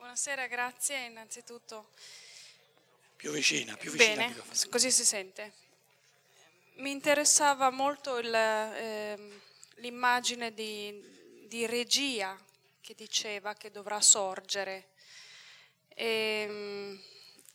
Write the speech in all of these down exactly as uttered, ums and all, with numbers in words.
Buonasera, grazie innanzitutto. Più vicina, più vicina. Bene, così si sente. Mi interessava molto il, eh, l'immagine di, di regia che diceva che dovrà sorgere. E,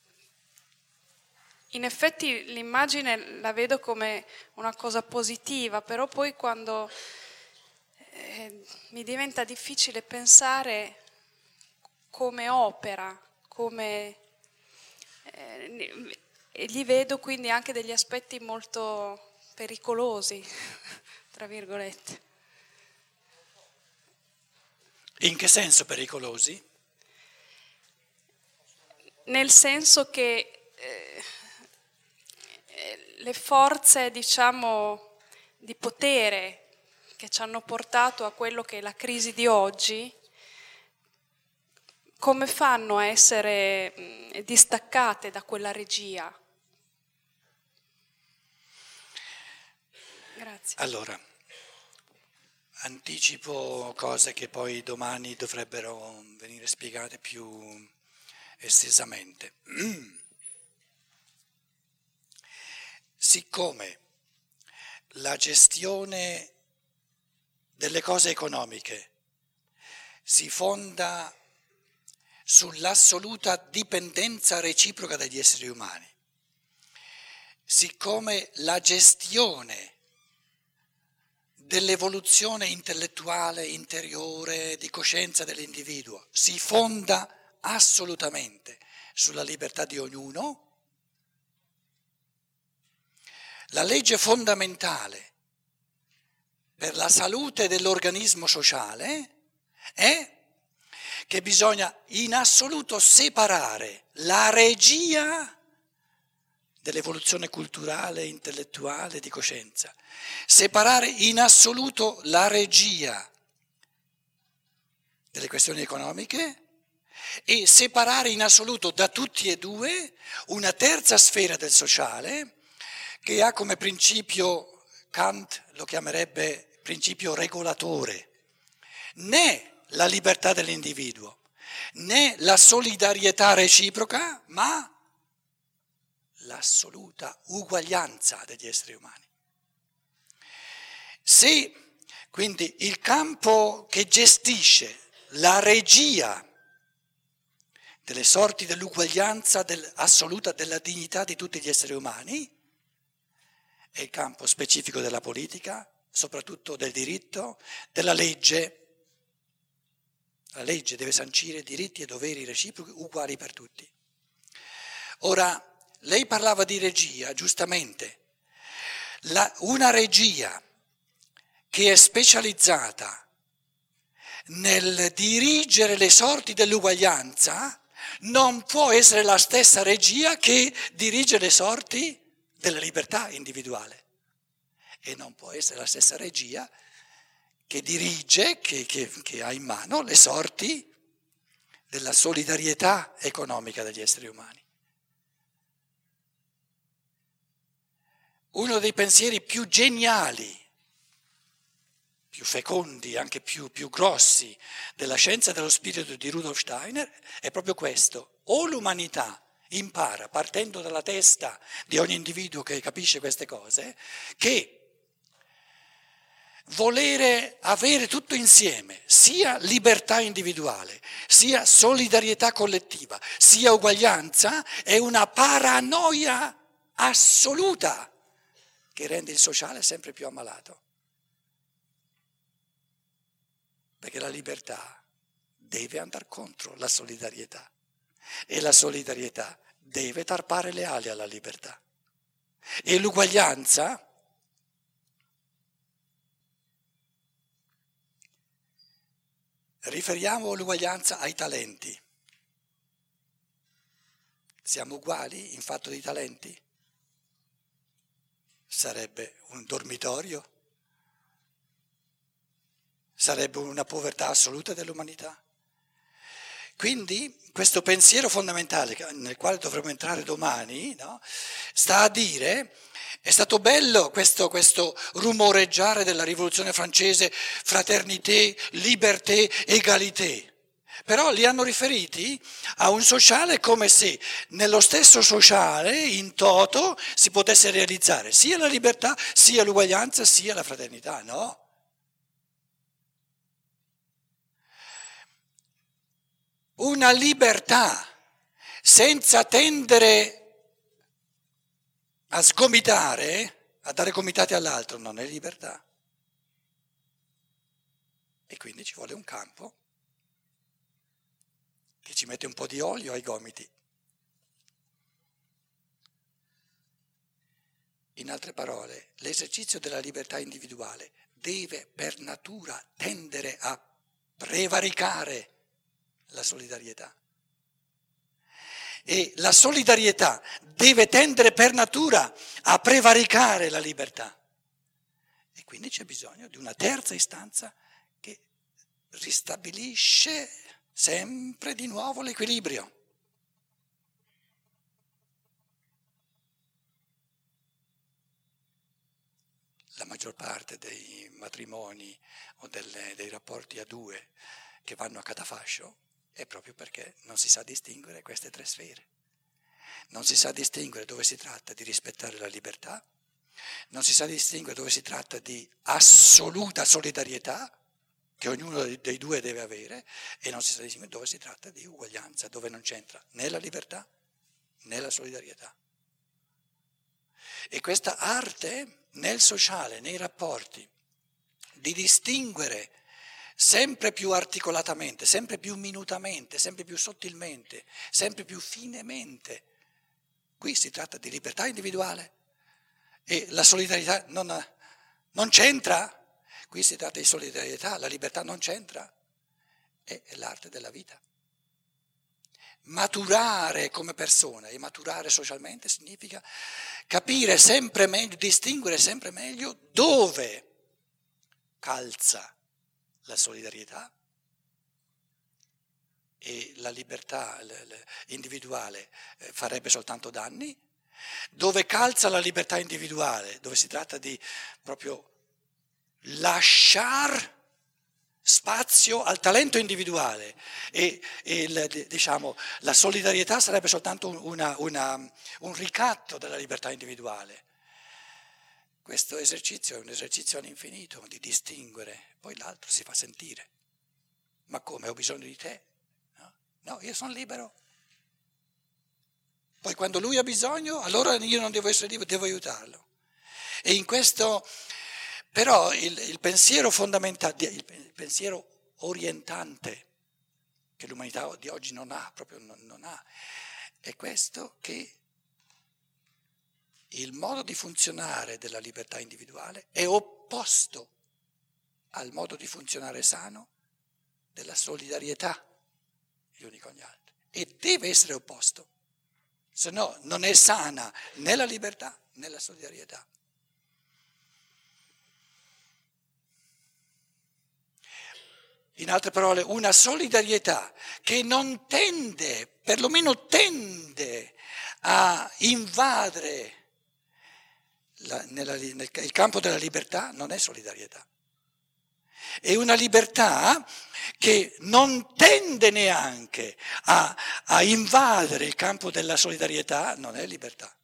in effetti l'immagine la vedo come una cosa positiva, però poi quando eh, mi diventa difficile pensare come opera, come eh, e gli vedo quindi anche degli aspetti molto pericolosi, tra virgolette. In che senso pericolosi? Nel senso che eh, le forze, diciamo, di potere che ci hanno portato a quello che è la crisi di oggi, come fanno a essere mh, distaccate da quella regia? Grazie. Allora, anticipo cose che poi domani dovrebbero venire spiegate più estesamente. Siccome la gestione delle cose economiche si fonda sull'assoluta dipendenza reciproca degli esseri umani, siccome la gestione dell'evoluzione intellettuale, interiore, di coscienza dell'individuo si fonda assolutamente sulla libertà di ognuno, la legge fondamentale per la salute dell'organismo sociale è che bisogna in assoluto separare la regia dell'evoluzione culturale, intellettuale, di coscienza, separare in assoluto la regia delle questioni economiche e separare in assoluto da tutti e due una terza sfera del sociale che ha come principio, Kant lo chiamerebbe principio regolatore, né la libertà dell'individuo, né la solidarietà reciproca, ma l'assoluta uguaglianza degli esseri umani. Se quindi il campo che gestisce la regia delle sorti dell'uguaglianza del, assoluta della dignità di tutti gli esseri umani è il campo specifico della politica, soprattutto del diritto, della legge. La legge deve sancire diritti e doveri reciproci uguali per tutti. Ora, lei parlava di regia, giustamente. La, una regia che è specializzata nel dirigere le sorti dell'uguaglianza non può essere la stessa regia che dirige le sorti della libertà individuale. E non può essere la stessa regia che dirige, che, che, che ha in mano le sorti della solidarietà economica degli esseri umani. Uno dei pensieri più geniali, più fecondi, anche più, più grossi della scienza dello spirito di Rudolf Steiner è proprio questo. O l'umanità impara, partendo dalla testa di ogni individuo che capisce queste cose, che volere avere tutto insieme, sia libertà individuale, sia solidarietà collettiva, sia uguaglianza, è una paranoia assoluta che rende il sociale sempre più ammalato. Perché la libertà deve andare contro la solidarietà e la solidarietà deve tarpare le ali alla libertà. E l'uguaglianza riferiamo l'uguaglianza ai talenti. Siamo uguali in fatto di talenti? Sarebbe un dormitorio? Sarebbe una povertà assoluta dell'umanità? Quindi questo pensiero fondamentale nel quale dovremo entrare domani, no, sta a dire, è stato bello questo, questo rumoreggiare della rivoluzione francese, fraternité, liberté, égalité, Però li hanno riferiti a un sociale come se nello stesso sociale, in toto, si potesse realizzare sia la libertà, sia l'uguaglianza, sia la fraternità, no? Una libertà senza tendere a sgomitare, a dare gomitate all'altro, non è libertà. E quindi ci vuole un campo che ci mette un po' di olio ai gomiti. In altre parole, l'esercizio della libertà individuale deve per natura tendere a prevaricare la solidarietà. E la solidarietà deve tendere per natura a prevaricare la libertà. E quindi c'è bisogno di una terza istanza che ristabilisce sempre di nuovo l'equilibrio. La maggior parte dei matrimoni o delle, dei rapporti a due che vanno a catafascio è proprio perché non si sa distinguere queste tre sfere. Non si sa distinguere dove si tratta di rispettare la libertà, non si sa distinguere dove si tratta di assoluta solidarietà che ognuno dei due deve avere, e non si sa distinguere dove si tratta di uguaglianza, dove non c'entra né la libertà né la solidarietà. E questa arte nel sociale, nei rapporti, di distinguere sempre più articolatamente, sempre più minutamente, sempre più sottilmente, sempre più finemente. Qui si tratta di libertà individuale e la solidarietà non, non c'entra. Qui si tratta di solidarietà, la libertà non c'entra. È l'arte della vita. Maturare come persona e maturare socialmente significa capire sempre meglio, distinguere sempre meglio dove calza la solidarietà e la libertà individuale farebbe soltanto danni, dove calza la libertà individuale, dove si tratta di proprio lasciar spazio al talento individuale e, e il, diciamo, la solidarietà sarebbe soltanto una, una, un ricatto della libertà individuale. Questo esercizio è un esercizio all'infinito di distinguere, poi l'altro si fa sentire. Ma come? Ho bisogno di te? No, no, io sono libero. Poi quando lui ha bisogno, allora io non devo essere libero, devo aiutarlo. E in questo, però, il, il pensiero fondamentale, il pensiero orientante che l'umanità di oggi non ha, proprio non, non ha, è questo che il modo di funzionare della libertà individuale è opposto al modo di funzionare sano della solidarietà gli uni con gli altri. E deve essere opposto, se no non è sana né la libertà né la solidarietà. In altre parole, una solidarietà che non tende, perlomeno tende a invadere La, nella, nel, il campo della libertà non è solidarietà. È una libertà che non tende neanche a, a invadere il campo della solidarietà, non è libertà.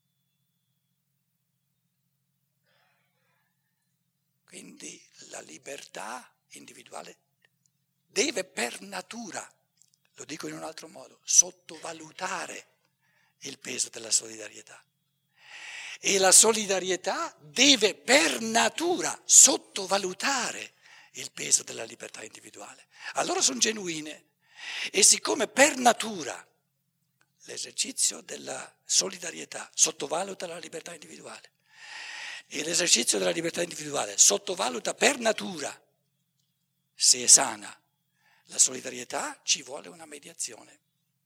Quindi la libertà individuale deve per natura, lo dico in un altro modo, sottovalutare il peso della solidarietà. E la solidarietà deve per natura sottovalutare il peso della libertà individuale. Allora sono genuine. E siccome per natura l'esercizio della solidarietà sottovaluta la libertà individuale e l'esercizio della libertà individuale sottovaluta per natura, se è sana, la solidarietà, ci vuole una mediazione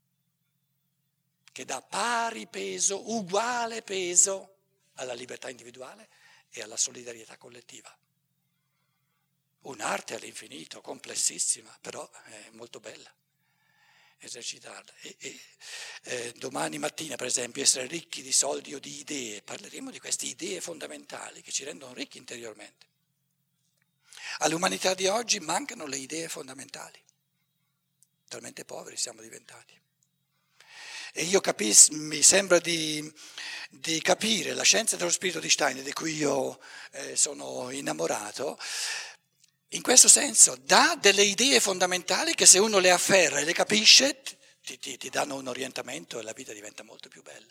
che dà pari peso, uguale peso alla libertà individuale e alla solidarietà collettiva. Un'arte all'infinito, complessissima, però è molto bella esercitarla. E, e, eh, domani mattina, per esempio, essere ricchi di soldi o di idee, parleremo di queste idee fondamentali che ci rendono ricchi interiormente. All'umanità di oggi mancano le idee fondamentali. talmente poveri siamo diventati. E io capis, mi sembra di, di capire la scienza dello spirito di Steiner, di cui io eh, sono innamorato, in questo senso dà delle idee fondamentali che se uno le afferra e le capisce ti, ti, ti danno un orientamento e la vita diventa molto più bella.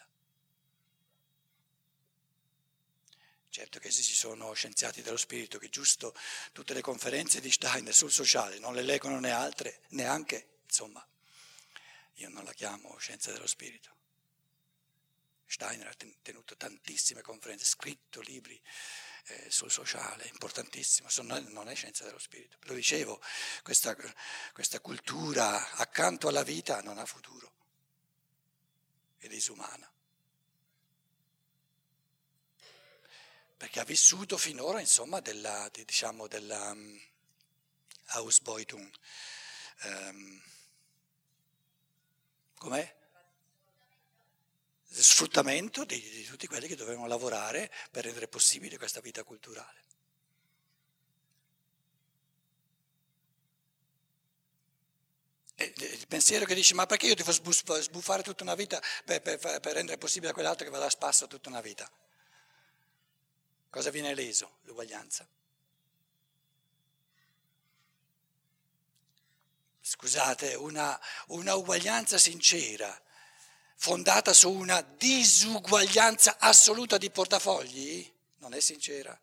Certo che se ci sono scienziati dello spirito che giusto tutte le conferenze di Steiner sul sociale non le leggono né altre, neanche, insomma, io non la chiamo scienza dello spirito. Steiner ha tenuto tantissime conferenze, scritto libri eh, sul sociale, importantissimo, non è scienza dello spirito. Lo dicevo, questa, questa cultura accanto alla vita non ha futuro, è disumana. Perché ha vissuto finora, insomma, della, diciamo, della um, Ausbeutung. Um, com'è? Sfruttamento di, di tutti quelli che dovevano lavorare per rendere possibile questa vita culturale. E il pensiero che dice, ma perché io devo sbuffare tutta una vita per, per, per rendere possibile a quell'altro che va a spasso tutta una vita? Cosa viene leso? L'uguaglianza. Scusate, una, una uguaglianza sincera, fondata su una disuguaglianza assoluta di portafogli, non è sincera.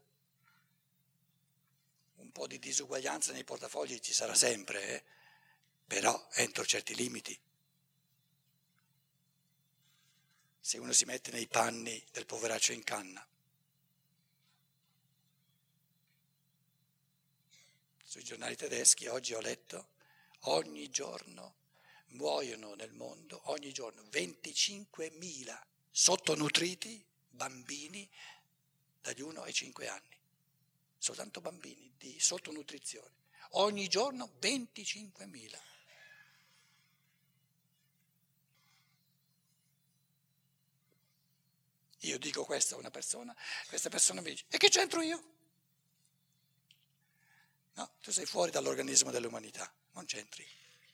Un po' di disuguaglianza nei portafogli ci sarà sempre, eh? Però entro certi limiti. Se uno si mette nei panni del poveraccio in canna. Sui giornali tedeschi oggi ho letto, ogni giorno muoiono nel mondo, ogni giorno venticinquemila sottonutriti bambini dagli uno ai cinque anni. Soltanto bambini di sottonutrizione. Ogni giorno venticinquemila. Io dico questo a una persona, questa persona mi dice, e che c'entro io? No, tu sei fuori dall'organismo dell'umanità, non c'entri.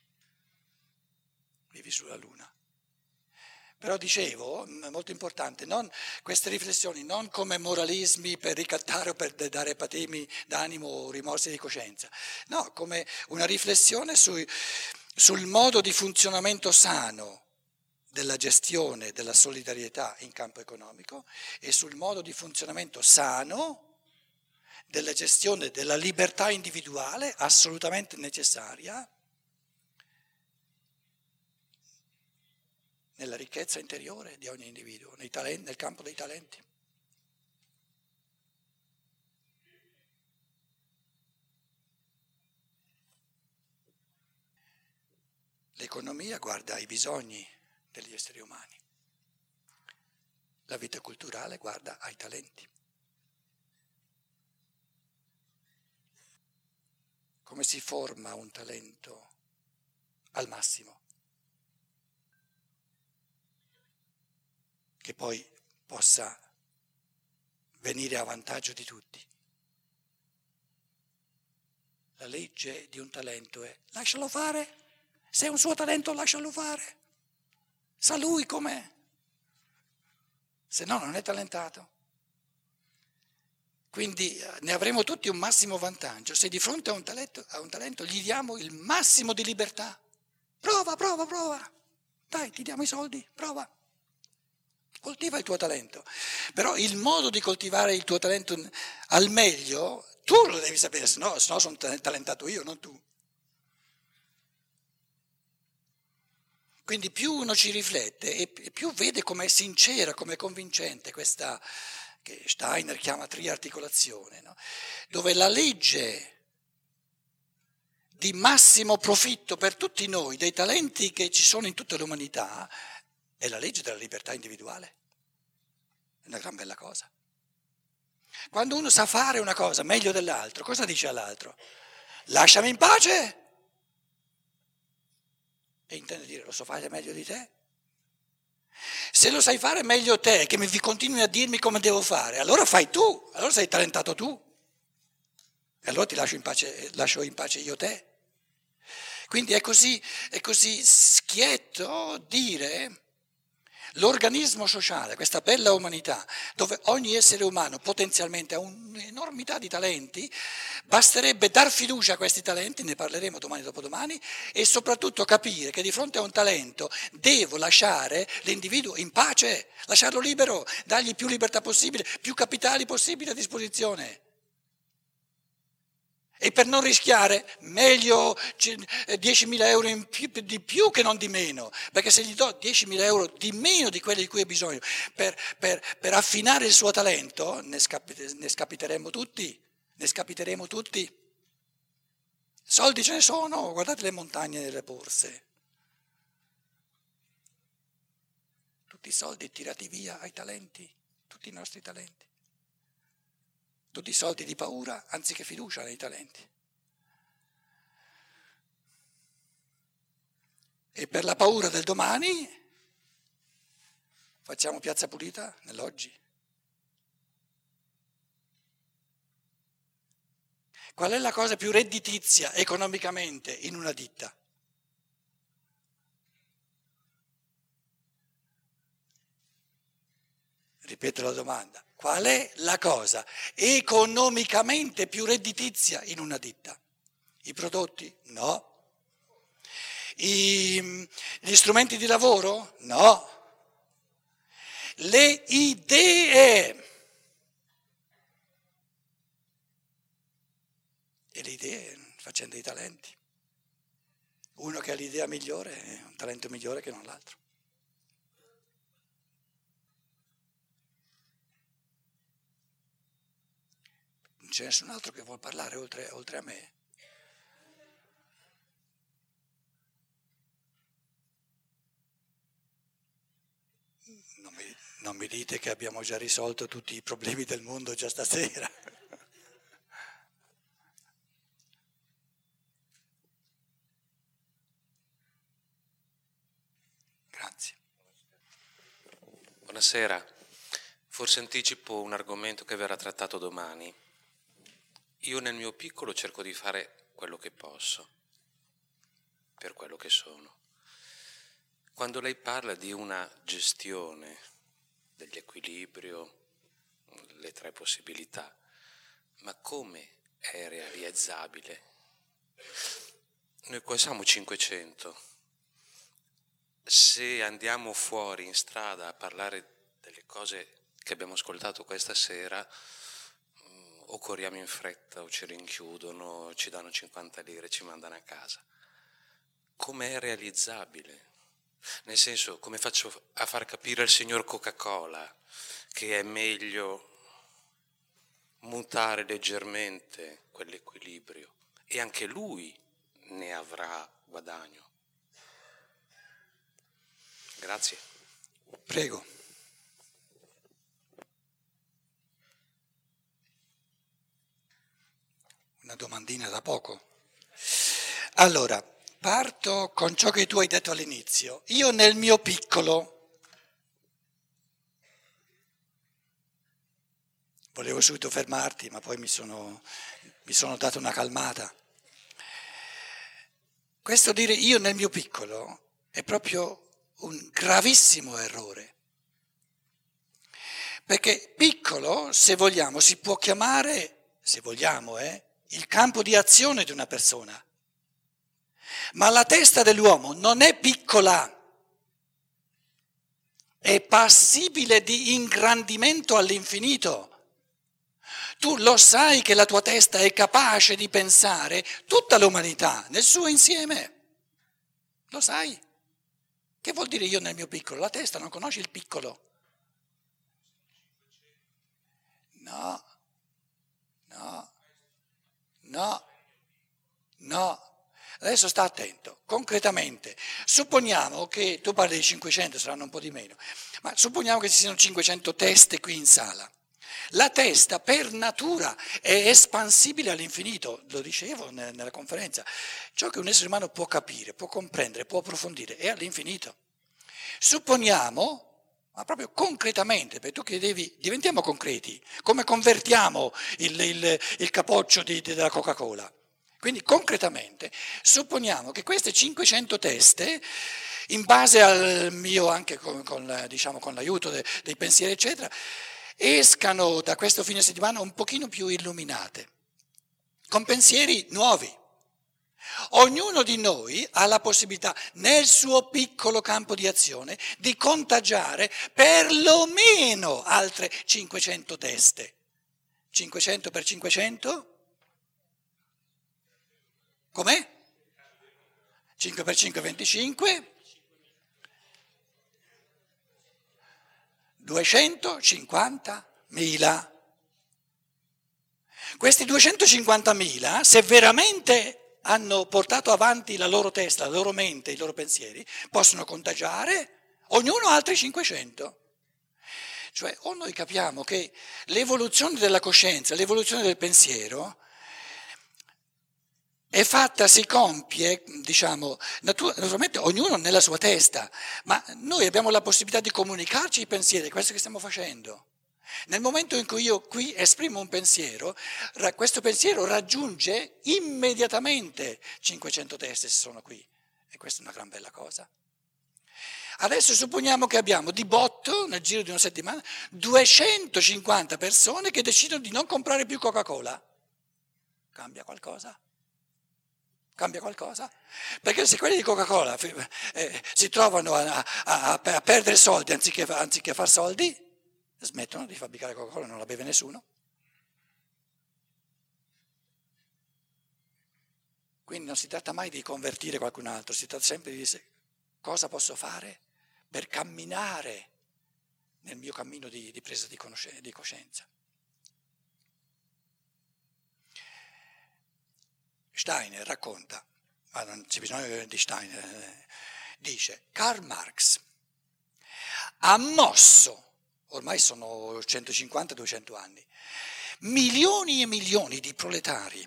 Vivi sulla Luna. Però dicevo, molto importante, non, queste riflessioni non come moralismi per ricattare o per dare patemi d'animo o rimorsi di coscienza, no, come una riflessione sui, sul modo di funzionamento sano della gestione della solidarietà in campo economico e sul modo di funzionamento sano della gestione della libertà individuale assolutamente necessaria nella ricchezza interiore di ogni individuo, nei talenti, nel campo dei talenti. L'economia guarda ai bisogni degli esseri umani, la vita culturale guarda ai talenti. Come si forma un talento al massimo, che poi possa venire a vantaggio di tutti? La legge di un talento è lascialo fare, se è un suo talento lascialo fare, sa lui com'è, se no non è talentato. Quindi ne avremo tutti un massimo vantaggio se di fronte a un talento, a un talento gli diamo il massimo di libertà. Prova, prova, prova, dai, ti diamo i soldi, prova. Coltiva il tuo talento, però il modo di coltivare il tuo talento al meglio tu lo devi sapere, se no, se no sono talentato io, non tu. Quindi più uno ci riflette e più vede com'è sincera, com'è convincente questa, che Steiner chiama triarticolazione, no? Dove la legge di massimo profitto per tutti noi, dei talenti che ci sono in tutta l'umanità, è la legge della libertà individuale. È una gran bella cosa. Quando uno sa fare una cosa meglio dell'altro, cosa dice all'altro? Lasciami in pace! E intende dire, lo so fare meglio di te? Se lo sai fare meglio te, che mi continui a dirmi come devo fare, allora fai tu, allora sei talentato tu. E allora ti lascio in pace, lascio in pace io te. Quindi è così, è così schietto dire l'organismo sociale, questa bella umanità, dove ogni essere umano potenzialmente ha un'enormità di talenti, basterebbe dar fiducia a questi talenti, ne parleremo domani dopodomani, e soprattutto capire che di fronte a un talento devo lasciare l'individuo in pace, lasciarlo libero, dargli più libertà possibile, più capitali possibili a disposizione. E per non rischiare, meglio diecimila euro in più, di più che non di meno, perché se gli do diecimila euro di meno di quelli di cui ho bisogno per, per, per affinare il suo talento, ne, scapite, ne scapiteremo tutti, ne scapiteremo tutti. Soldi ce ne sono, guardate le montagne nelle borse. Tutti i soldi tirati via ai talenti, tutti i nostri talenti. Tutti i soldi di paura anziché fiducia nei talenti. E per la paura del domani facciamo piazza pulita nell'oggi. Qual è la cosa più redditizia economicamente in una ditta? Ripeto la domanda. Qual è la cosa economicamente più redditizia in una ditta? I prodotti? No. I, gli strumenti di lavoro? No. Le idee. E le idee facendo i talenti. Uno che ha l'idea migliore è un talento migliore che non l'altro. Non c'è nessun altro che vuol parlare oltre, oltre a me. Non mi, non mi dite che abbiamo già risolto tutti i problemi del mondo già stasera. Grazie. Buonasera. Forse anticipo un argomento che verrà trattato domani. Io nel mio piccolo cerco di fare quello che posso, per quello che sono. Quando lei parla di una gestione dell'equilibrio, le tre possibilità, ma come è realizzabile? Noi qua siamo cinquecento. Se andiamo fuori in strada a parlare delle cose che abbiamo ascoltato questa sera, o corriamo in fretta, o ci rinchiudono, ci danno cinquanta lire, ci mandano a casa. Come è realizzabile? Nel senso, come faccio a far capire al signor Coca-Cola che è meglio mutare leggermente quell'equilibrio e anche lui ne avrà guadagno? Grazie. Prego. Una domandina da poco. Allora, parto con ciò che tu hai detto all'inizio. Io nel mio piccolo, volevo subito fermarti, ma poi mi sono, mi sono dato una calmata. Questo dire io nel mio piccolo è proprio un gravissimo errore. Perché piccolo, se vogliamo, si può chiamare, se vogliamo, eh, il campo di azione di una persona. Ma la testa dell'uomo non è piccola, è passibile di ingrandimento all'infinito. Tu lo sai che la tua testa è capace di pensare tutta l'umanità nel suo insieme. Lo sai? Che vuol dire io nel mio piccolo? La testa non conosce il piccolo. No, no, no, no. Adesso sta attento, concretamente, supponiamo che, tu parli di cinquecento, saranno un po' di meno, ma supponiamo che ci siano cinquecento teste qui in sala. La testa per natura è espansibile all'infinito, lo dicevo nella conferenza, ciò che un essere umano può capire, può comprendere, può approfondire è all'infinito. Supponiamo, ma proprio concretamente, perché tu chiedevi, diventiamo concreti, come convertiamo il, il, il capoccio di, della Coca-Cola? Quindi concretamente supponiamo che queste cinquecento teste, in base al mio, anche con, con, diciamo, con l'aiuto de, dei pensieri eccetera, escano da questo fine settimana un pochino più illuminate, con pensieri nuovi. Ognuno di noi ha la possibilità nel suo piccolo campo di azione di contagiare perlomeno altre cinquecento teste. cinquecento per cinquecento? Com'è? cinque per cinque, venticinque. duecentocinquantamila. Questi duecentocinquantamila, se veramente hanno portato avanti la loro testa, la loro mente, i loro pensieri, possono contagiare ognuno altri cinquecento. Cioè, o noi capiamo che l'evoluzione della coscienza, l'evoluzione del pensiero è fatta, si compie, diciamo, naturalmente ognuno nella sua testa, ma noi abbiamo la possibilità di comunicarci i pensieri, è questo che stiamo facendo. Nel momento in cui io qui esprimo un pensiero, questo pensiero raggiunge immediatamente cinquecento teste se sono qui, e questa è una gran bella cosa. Adesso supponiamo che abbiamo di botto, nel giro di una settimana, duecentocinquanta persone che decidono di non comprare più Coca-Cola. Cambia qualcosa? Cambia qualcosa? Perché se quelli di Coca-Cola eh, si trovano a, a, a perdere soldi anziché, anziché far soldi, smettono di fabbricare Coca-Cola, non la beve nessuno. Quindi non si tratta mai di convertire qualcun altro, si tratta sempre di dire cosa posso fare per camminare nel mio cammino di, di presa di, conoscenza, di coscienza. Steiner racconta, ma non c'è bisogno di Steiner, eh, dice, Karl Marx ha mosso, ormai sono centocinquanta duecento anni, milioni e milioni di proletari,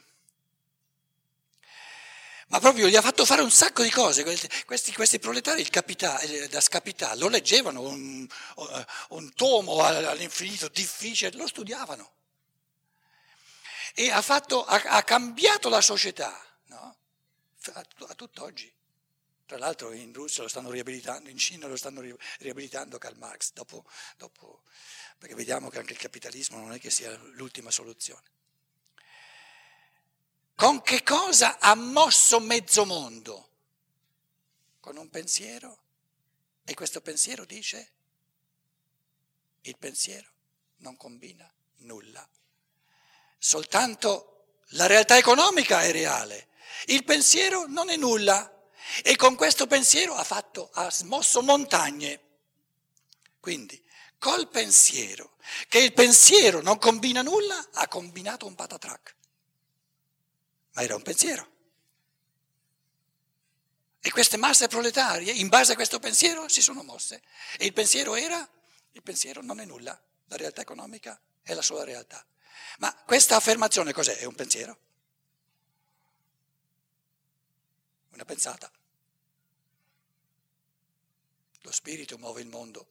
ma proprio gli ha fatto fare un sacco di cose. Questi, questi proletari, il capitale, das Kapital, lo leggevano, un, un tomo all'infinito difficile, lo studiavano. E ha, fatto, ha, ha cambiato la società, no? a, a tutt'oggi. Tra l'altro in Russia lo stanno riabilitando, in Cina lo stanno riabilitando Karl Marx, dopo, dopo, perché vediamo che anche il capitalismo non è che sia l'ultima soluzione. Con che cosa ha mosso mezzo mondo? Con un pensiero. E questo pensiero dice, il pensiero non combina nulla. Soltanto la realtà economica è reale, il pensiero non è nulla e con questo pensiero ha, fatto, ha smosso montagne. Quindi col pensiero, che il pensiero non combina nulla, ha combinato un patatrac, ma era un pensiero. E queste masse proletarie, in base a questo pensiero, si sono mosse. E il pensiero era, il pensiero non è nulla, la realtà economica è la sola realtà. Ma questa affermazione cos'è? È un pensiero? Una pensata. Lo spirito muove il mondo,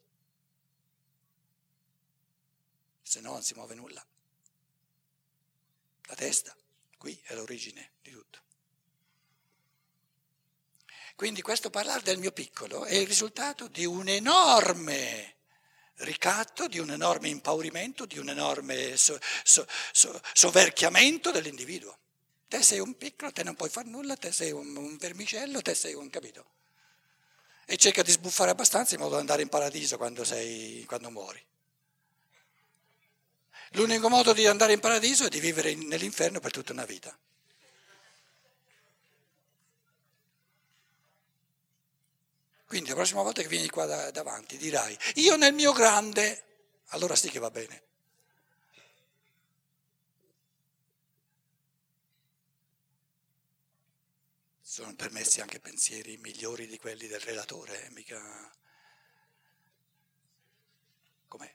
se no non si muove nulla. La testa, qui è l'origine di tutto. Quindi questo parlare del mio piccolo è il risultato di un enorme ricatto, di un enorme impaurimento, di un enorme so, so, so, soverchiamento dell'individuo. Te sei un piccolo, te non puoi fare nulla, te sei un, un vermicello, te sei un capito. E cerca di sbuffare abbastanza in modo da andare in paradiso quando, sei, quando muori. L'unico modo di andare in paradiso è di vivere in, nell'inferno per tutta una vita. Quindi la prossima volta che vieni qua da, davanti dirai, io nel mio grande, allora sì che va bene. Sono permessi anche pensieri migliori di quelli del relatore, eh? Mica... Com'è?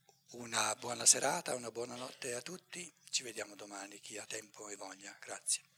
Una buona serata, una buona notte a tutti, ci vediamo domani, chi ha tempo e voglia, grazie.